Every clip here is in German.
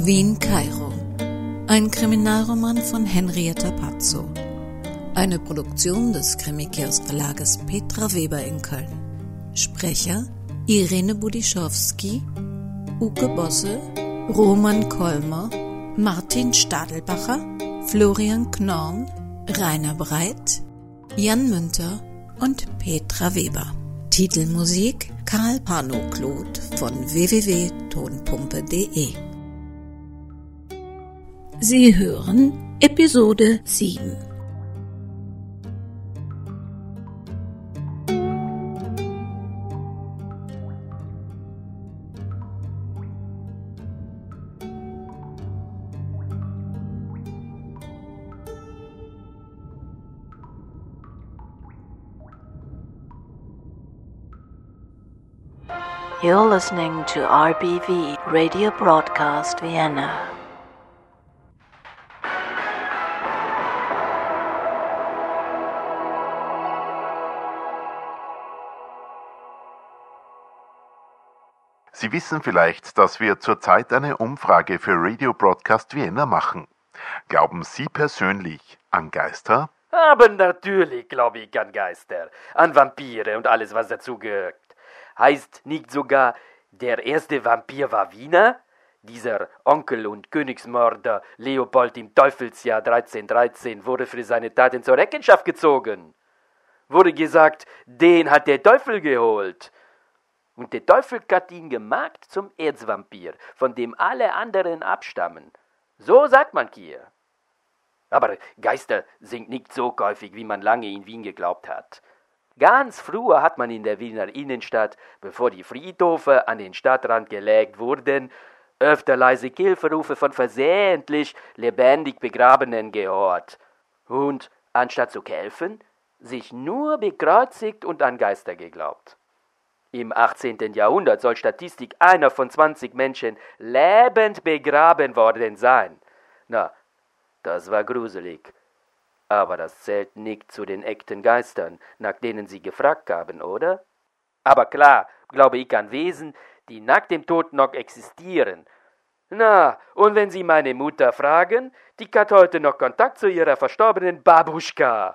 Wien-Kairo. Ein Kriminalroman von Henrietta Pazzo. Eine Produktion des Krimi-Kiosk-Verlages Petra Weber in Köln. Sprecher Irene Budischowski, Uke Bosse, Roman Kolmer, Martin Stadelbacher, Florian Knorn, Rainer Breit, Jan Münter und Petra Weber. Titelmusik Karl Pano-Claude von www.tonpumpe.de. Sie hören Episode 7. You're listening to RBV Radio Broadcast Vienna. Sie wissen vielleicht, dass wir zurzeit eine Umfrage für Radio Broadcast Vienna machen. Glauben Sie persönlich an Geister? Aber natürlich glaube ich an Geister, an Vampire und alles, was dazugehört. Heißt nicht sogar, der erste Vampir war Wiener? Dieser Onkel- und Königsmörder Leopold im Teufelsjahr 1313 wurde für seine Taten zur Rechenschaft gezogen. Wurde gesagt, den hat der Teufel geholt. Und der Teufel hat ihn gemacht zum Erzvampir, von dem alle anderen abstammen. So sagt man hier. Aber Geister sind nicht so häufig, wie man lange in Wien geglaubt hat. Ganz früher hat man in der Wiener Innenstadt, bevor die Friedhöfe an den Stadtrand gelegt wurden, öfter leise Hilferufe von versehentlich lebendig Begrabenen gehört. Und anstatt zu helfen, sich nur bekreuzigt und an Geister geglaubt. Im 18. Jahrhundert soll Statistik einer von 20 Menschen lebend begraben worden sein. Na, das war gruselig. Aber das zählt nicht zu den echten Geistern, nach denen Sie gefragt haben, oder? Aber klar, glaube ich an Wesen, die nach dem Tod noch existieren. Na, und wenn Sie meine Mutter fragen, die hat heute noch Kontakt zu ihrer verstorbenen Babuschka.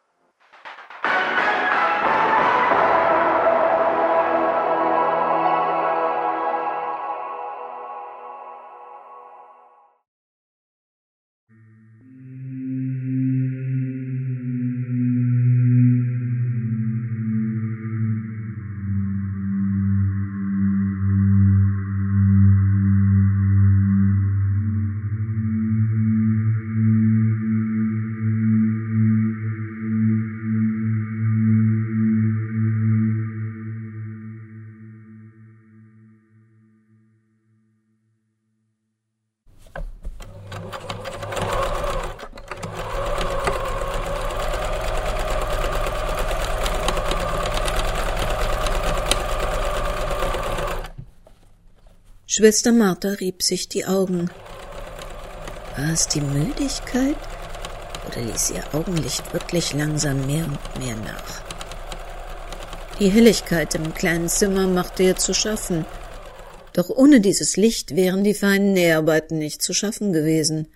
Schwester Martha rieb sich die Augen. War es die Müdigkeit oder ließ ihr Augenlicht wirklich langsam mehr und mehr nach? Die Helligkeit im kleinen Zimmer machte ihr zu schaffen, doch ohne dieses Licht wären die feinen Näharbeiten nicht zu schaffen gewesen.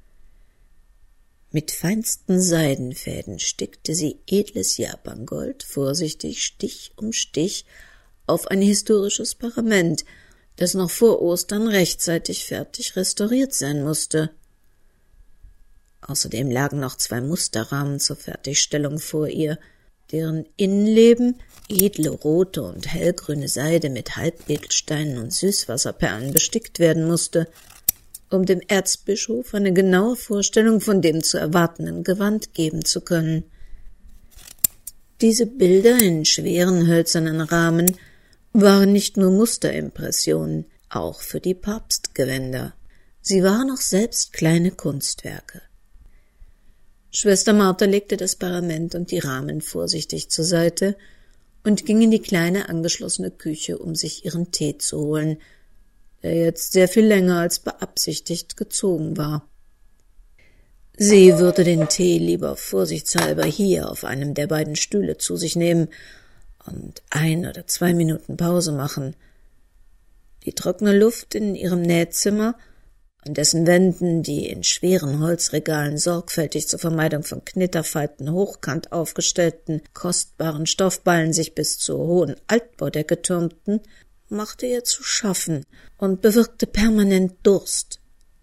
Mit feinsten Seidenfäden stickte sie edles Japangold vorsichtig Stich um Stich auf ein historisches Parament, das noch vor Ostern rechtzeitig fertig restauriert sein musste. Außerdem lagen noch 2 Musterrahmen zur Fertigstellung vor ihr, deren Innenleben edle rote und hellgrüne Seide mit Halbedelsteinen und Süßwasserperlen bestickt werden musste, um dem Erzbischof eine genaue Vorstellung von dem zu erwartenden Gewand geben zu können. Diese Bilder in schweren hölzernen Rahmen waren nicht nur Musterimpressionen, auch für die Papstgewänder. Sie waren auch selbst kleine Kunstwerke. Schwester Martha legte das Parament und die Rahmen vorsichtig zur Seite und ging in die kleine angeschlossene Küche, um sich ihren Tee zu holen, der jetzt sehr viel länger als beabsichtigt gezogen war. Sie würde den Tee lieber vorsichtshalber hier auf einem der beiden Stühle zu sich nehmen und 1 oder 2 Minuten Pause machen. Die trockene Luft in ihrem Nähzimmer An dessen Wänden die in schweren Holzregalen sorgfältig zur Vermeidung von Knitterfalten hochkant aufgestellten kostbaren Stoffballen sich bis zur hohen Altbaudecke türmten, machte ihr zu schaffen und bewirkte permanent Durst.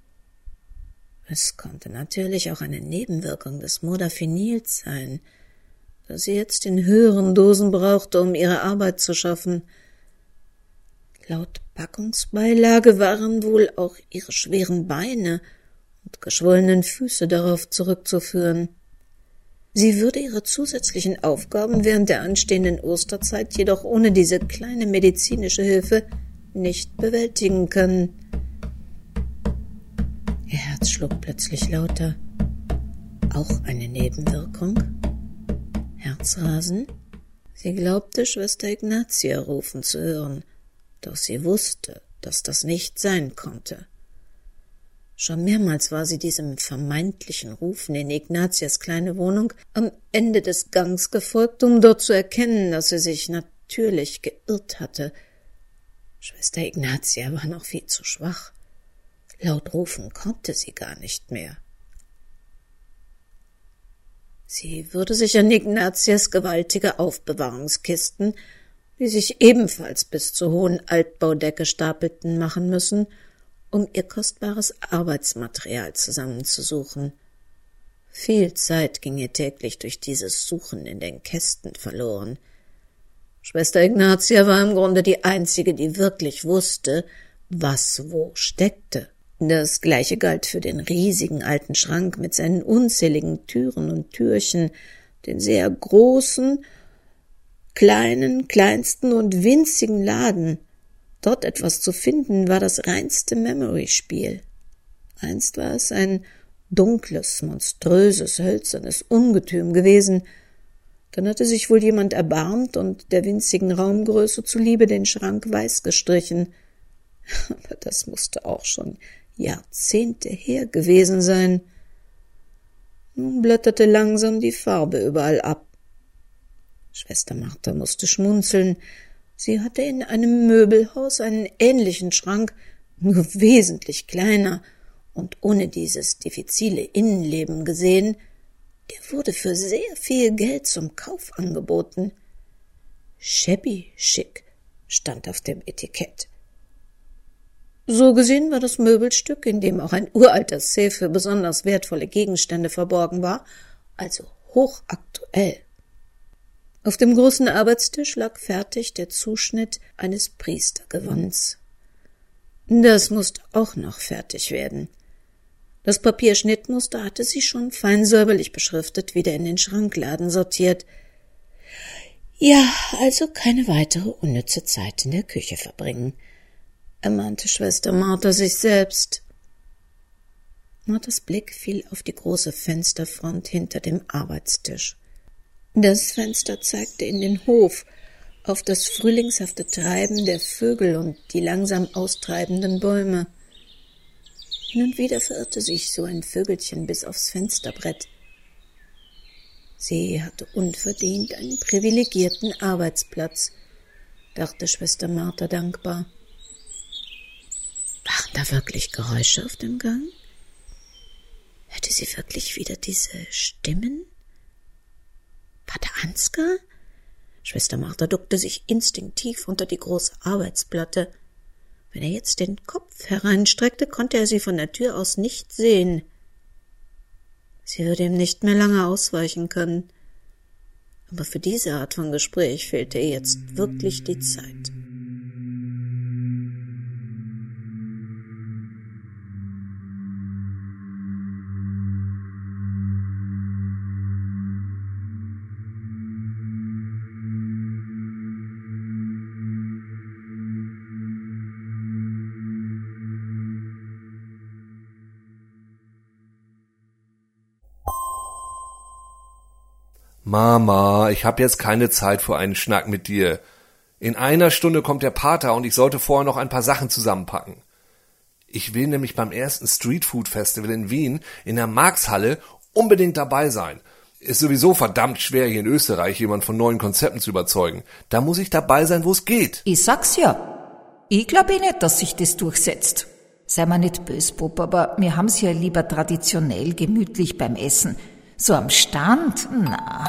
Es konnte natürlich auch eine Nebenwirkung des Modafinils sein, das sie jetzt in höheren Dosen brauchte, um ihre Arbeit zu schaffen. Laut Packungsbeilage waren wohl auch ihre schweren Beine und geschwollenen Füße darauf zurückzuführen. Sie würde ihre zusätzlichen Aufgaben während der anstehenden Osterzeit jedoch ohne diese kleine medizinische Hilfe nicht bewältigen können. Ihr Herz schlug plötzlich lauter. Auch eine Nebenwirkung? Herzrasen? Sie glaubte, Schwester Ignatia rufen zu hören, doch sie wusste, dass das nicht sein konnte. Schon mehrmals war sie diesem vermeintlichen Rufen in Ignatias kleine Wohnung am Ende des Gangs gefolgt, um dort zu erkennen, dass sie sich natürlich geirrt hatte. Schwester Ignatia war noch viel zu schwach. Laut rufen konnte sie gar nicht mehr. Sie würde sich an Ignatias gewaltige Aufbewahrungskisten, die sich ebenfalls bis zur hohen Altbaudecke stapelten, machen müssen, um ihr kostbares Arbeitsmaterial zusammenzusuchen. Viel Zeit ging ihr täglich durch dieses Suchen in den Kästen verloren. Schwester Ignatia war im Grunde die Einzige, die wirklich wusste, was wo steckte. Das Gleiche galt für den riesigen alten Schrank mit seinen unzähligen Türen und Türchen, den sehr großen, kleinen, kleinsten und winzigen Laden. Dort etwas zu finden, war das reinste Memory-Spiel. Einst war es ein dunkles, monströses, hölzernes Ungetüm gewesen. Dann hatte sich wohl jemand erbarmt und der winzigen Raumgröße zuliebe den Schrank weiß gestrichen. Aber das musste auch schon Jahrzehnte her gewesen sein. Nun blätterte langsam die Farbe überall ab. Schwester Martha musste schmunzeln. Sie hatte in einem Möbelhaus einen ähnlichen Schrank, nur wesentlich kleiner und ohne dieses diffizile Innenleben gesehen. Der wurde für sehr viel Geld zum Kauf angeboten. Shabby chic stand auf dem Etikett. So gesehen war das Möbelstück, in dem auch ein uralter Safe für besonders wertvolle Gegenstände verborgen war, also hochaktuell. Auf dem großen Arbeitstisch lag fertig der Zuschnitt eines Priestergewands. Das musste auch noch fertig werden. Das Papierschnittmuster hatte sie schon fein säuberlich beschriftet wieder in den Schrankladen sortiert. Ja, also keine weitere unnütze Zeit in der Küche verbringen, ermahnte Schwester Martha sich selbst. Marthas Blick fiel auf die große Fensterfront hinter dem Arbeitstisch. Das Fenster zeigte in den Hof, auf das frühlingshafte Treiben der Vögel und die langsam austreibenden Bäume. Hin und wieder verirrte sich so ein Vögelchen bis aufs Fensterbrett. Sie hatte unverdient einen privilegierten Arbeitsplatz, dachte Schwester Martha dankbar. Waren da wirklich Geräusche auf dem Gang? Hörte sie wirklich wieder diese Stimmen? Pater Ansgar? Schwester Martha duckte sich instinktiv unter die große Arbeitsplatte. Wenn er jetzt den Kopf hereinstreckte, konnte er sie von der Tür aus nicht sehen. Sie würde ihm nicht mehr lange ausweichen können. Aber für diese Art von Gespräch fehlte ihr jetzt wirklich die Zeit. Mama, ich habe jetzt keine Zeit für einen Schnack mit dir. In einer Stunde kommt der Pater und ich sollte vorher noch ein paar Sachen zusammenpacken. Ich will nämlich beim ersten Streetfood-Festival in Wien in der Marxhalle unbedingt dabei sein. Ist sowieso verdammt schwer, hier in Österreich jemand von neuen Konzepten zu überzeugen. Da muss ich dabei sein, wo es geht. Ich sag's ja. Ich glaube nicht, dass sich das durchsetzt. Sei mal nicht bös, Bub, aber wir haben's ja lieber traditionell gemütlich beim Essen. So am Stand? Na.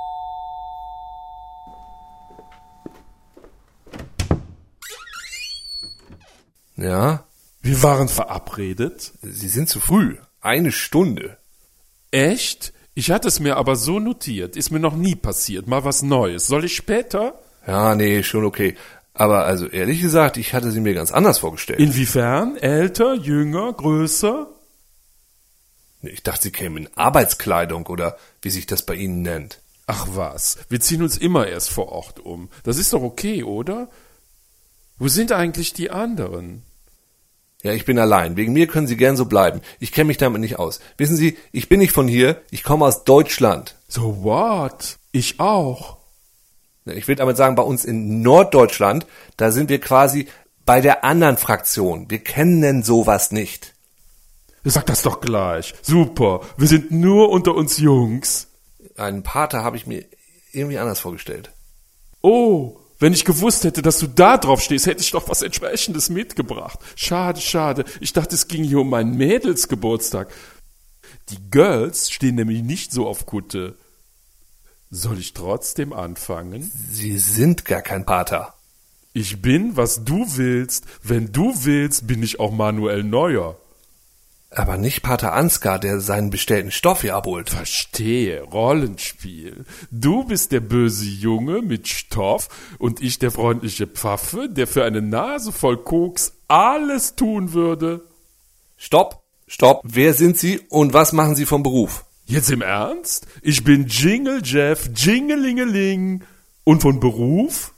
Ja, Wir waren verabredet. Sie sind zu früh. 1 Stunde. Echt? Ich hatte es mir aber so notiert. Ist mir noch nie passiert. Mal was Neues. Soll ich später? Ja, nee, schon okay. Aber also ehrlich gesagt, ich hatte sie mir ganz anders vorgestellt. Inwiefern? Älter, jünger, größer? Ich dachte, sie kämen in Arbeitskleidung oder wie sich das bei Ihnen nennt. Ach was, wir ziehen uns immer erst vor Ort um. Das ist doch okay, oder? Wo sind eigentlich die anderen? Ja, ich bin allein. Wegen mir können Sie gern so bleiben. Ich kenne mich damit nicht aus. Wissen Sie, ich bin nicht von hier. Ich komme aus Deutschland. So what? Ich auch. Ich will damit sagen, bei uns in Norddeutschland, da sind wir quasi bei der anderen Fraktion. Wir kennen sowas nicht. Sag das doch gleich. Super, wir sind nur unter uns Jungs. Einen Pater habe ich mir irgendwie anders vorgestellt. Oh, wenn ich gewusst hätte, dass du da drauf stehst, hätte ich doch was Entsprechendes mitgebracht. Schade, schade. Ich dachte, es ging hier um meinen Mädelsgeburtstag. Die Girls stehen nämlich nicht so auf Kutte. Soll ich trotzdem anfangen? Sie sind gar kein Pater. Ich bin, was du willst. Wenn du willst, bin ich auch Manuel Neuer. Aber nicht Pater Ansgar, der seinen bestellten Stoff hier abholt. Verstehe, Rollenspiel. Du bist der böse Junge mit Stoff und ich der freundliche Pfaffe, der für eine Nase voll Koks alles tun würde. Stopp, stopp. Wer sind Sie und was machen Sie vom Beruf? Jetzt im Ernst? Ich bin Jingle Jeff, Jingelingeling. Und von Beruf?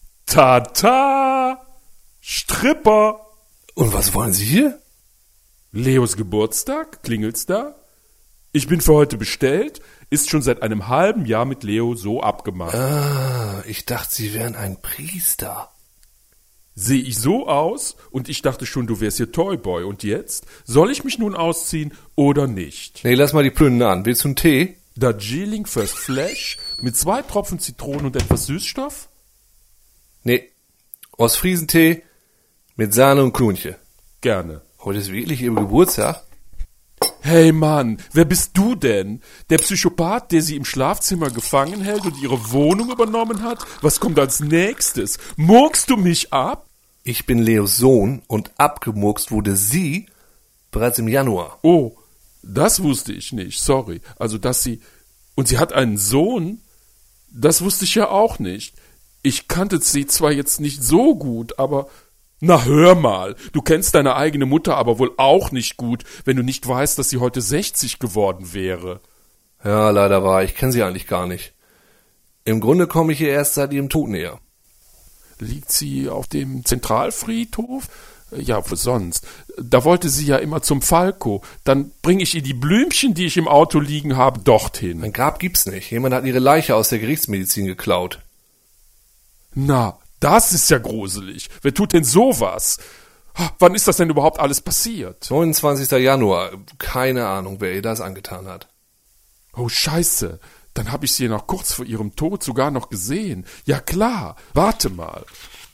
Tata, Stripper. Und was wollen Sie hier? Leos Geburtstag, klingelt's da? Ich bin für heute bestellt, ist schon seit einem halben Jahr mit Leo so abgemacht. Ah, ich dachte, Sie wären ein Priester. Sehe ich so aus? Und ich dachte schon, du wärst hier Toyboy. Und jetzt? Soll ich mich nun ausziehen oder nicht? Nee, lass mal die Plünden an. Willst du einen Tee? Darjeeling First Flash mit 2 Tropfen Zitronen und etwas Süßstoff? Nee, Ostfriesentee mit Sahne und Klunche. Gerne. Heute ist wirklich Ihr Geburtstag? Hey Mann, wer bist du denn? Der Psychopath, der sie im Schlafzimmer gefangen hält und ihre Wohnung übernommen hat? Was kommt als nächstes? Murkst du mich ab? Ich bin Leos Sohn und abgemurkst wurde sie bereits im Januar. Oh, das wusste ich nicht, sorry. Also, dass sie... Und sie hat einen Sohn? Das wusste ich ja auch nicht. Ich kannte sie zwar jetzt nicht so gut, aber... Na hör mal, du kennst deine eigene Mutter aber wohl auch nicht gut, wenn du nicht weißt, dass sie heute 60 geworden wäre. Ja, leider wahr, ich kenne sie eigentlich gar nicht. Im Grunde komme ich ihr erst seit ihrem Tod näher. Liegt sie auf dem Zentralfriedhof? Ja, wo sonst? Da wollte sie ja immer zum Falco. Dann bringe ich ihr die Blümchen, die ich im Auto liegen habe, dorthin. Ein Grab gibt's nicht. Jemand hat ihre Leiche aus der Gerichtsmedizin geklaut. Na, das ist ja gruselig. Wer tut denn sowas? Wann ist das denn überhaupt alles passiert? 29. Januar. Keine Ahnung, wer ihr das angetan hat. Oh, scheiße. Dann habe ich sie noch kurz vor ihrem Tod sogar noch gesehen. Ja klar, warte mal.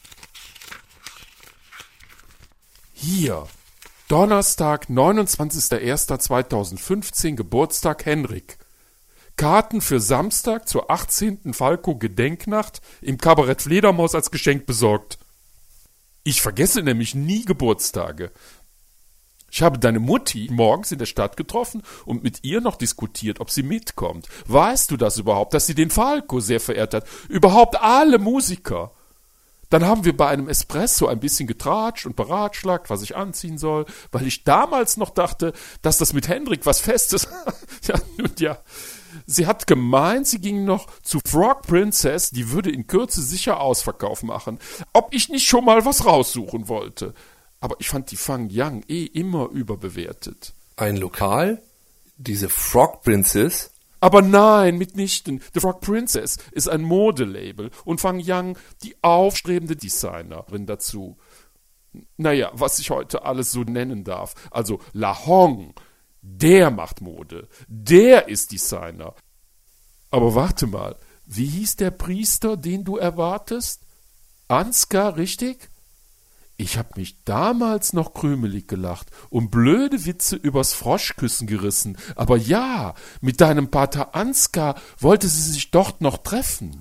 Hier, Donnerstag, 29.01.2015, Geburtstag Henrik. Karten für Samstag zur 18. Falco-Gedenknacht im Kabarett Fledermaus als Geschenk besorgt. Ich vergesse nämlich nie Geburtstage. Ich habe deine Mutti morgens in der Stadt getroffen und mit ihr noch diskutiert, ob sie mitkommt. Weißt du das überhaupt, dass sie den Falco sehr verehrt hat? Überhaupt alle Musiker. Dann haben wir bei einem Espresso ein bisschen getratscht und beratschlagt, was ich anziehen soll, weil ich damals noch dachte, dass das mit Hendrik was Festes... Ja, nun ja... Sie hat gemeint, sie ging noch zu Frog Princess, die würde in Kürze sicher Ausverkauf machen. Ob ich nicht schon mal was raussuchen wollte. Aber ich fand die Fang Yang immer überbewertet. Ein Lokal? Diese Frog Princess? Aber nein, mitnichten. The Frog Princess ist ein Modelabel und Fang Yang die aufstrebende Designerin dazu. Naja, was ich heute alles so nennen darf. Also La Hong. Der macht Mode. Der ist Designer. Aber warte mal, wie hieß der Priester, den du erwartest? Ansgar, richtig? Ich hab mich damals noch krümelig gelacht und blöde Witze übers Froschküssen gerissen. Aber ja, mit deinem Pater Ansgar wollte sie sich dort noch treffen.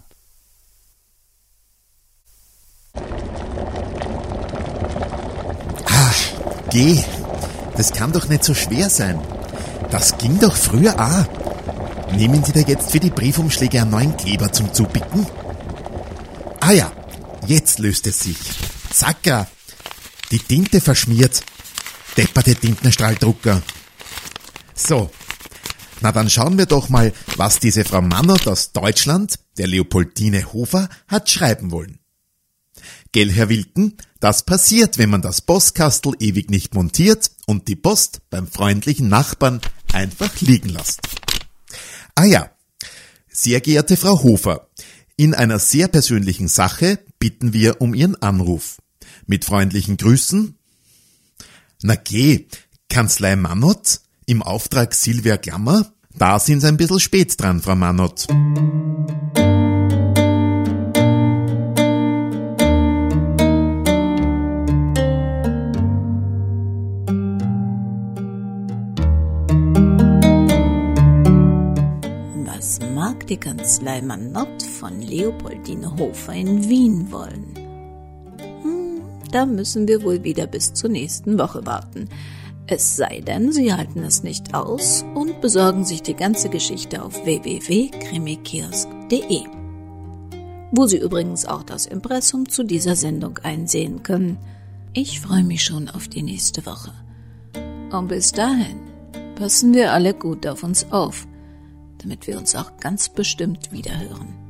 Geh, das kann doch nicht so schwer sein. Das ging doch früher auch. Nehmen Sie da jetzt für die Briefumschläge einen neuen Kleber zum Zupicken? Ah ja, jetzt löst es sich. Sakra, die Tinte verschmiert. Depperte Tintenstrahldrucker. So, na dann schauen wir doch mal, was diese Frau Mannert aus Deutschland, der Leopoldine Hofer, hat schreiben wollen. Gell, Herr Wilken, das passiert, wenn man das Postkastel ewig nicht montiert und die Post beim freundlichen Nachbarn einfach liegen lässt. Ah ja, sehr geehrte Frau Hofer, in einer sehr persönlichen Sache bitten wir um Ihren Anruf. Mit freundlichen Grüßen. Na geh, Kanzlei Mannert, im Auftrag Silvia Klammer? Da sind Sie ein bisschen spät dran, Frau Mannert. Was mag die Kanzlei Mannert von Leopoldine Hofer in Wien wollen? Da müssen wir wohl wieder bis zur nächsten Woche warten. Es sei denn, Sie halten es nicht aus und besorgen sich die ganze Geschichte auf www.krimikiosk.de, wo Sie übrigens auch das Impressum zu dieser Sendung einsehen können. Ich freue mich schon auf die nächste Woche. Und bis dahin passen wir alle gut auf uns auf, damit wir uns auch ganz bestimmt wiederhören.